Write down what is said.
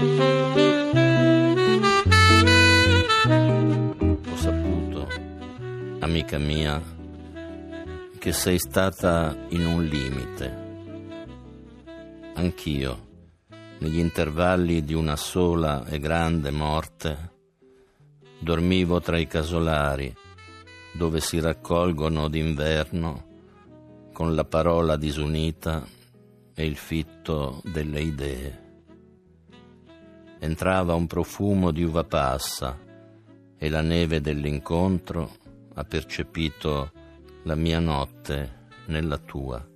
Ho saputo, amica mia, che sei stata in un limite. Anch'io, negli intervalli di una sola e grande morte, dormivo tra i casolari dove si raccolgono d'inverno con la parola disunita e il fitto delle idee. Entrava un profumo di uva passa e la neve dell'incontro ha percepito la mia notte nella tua.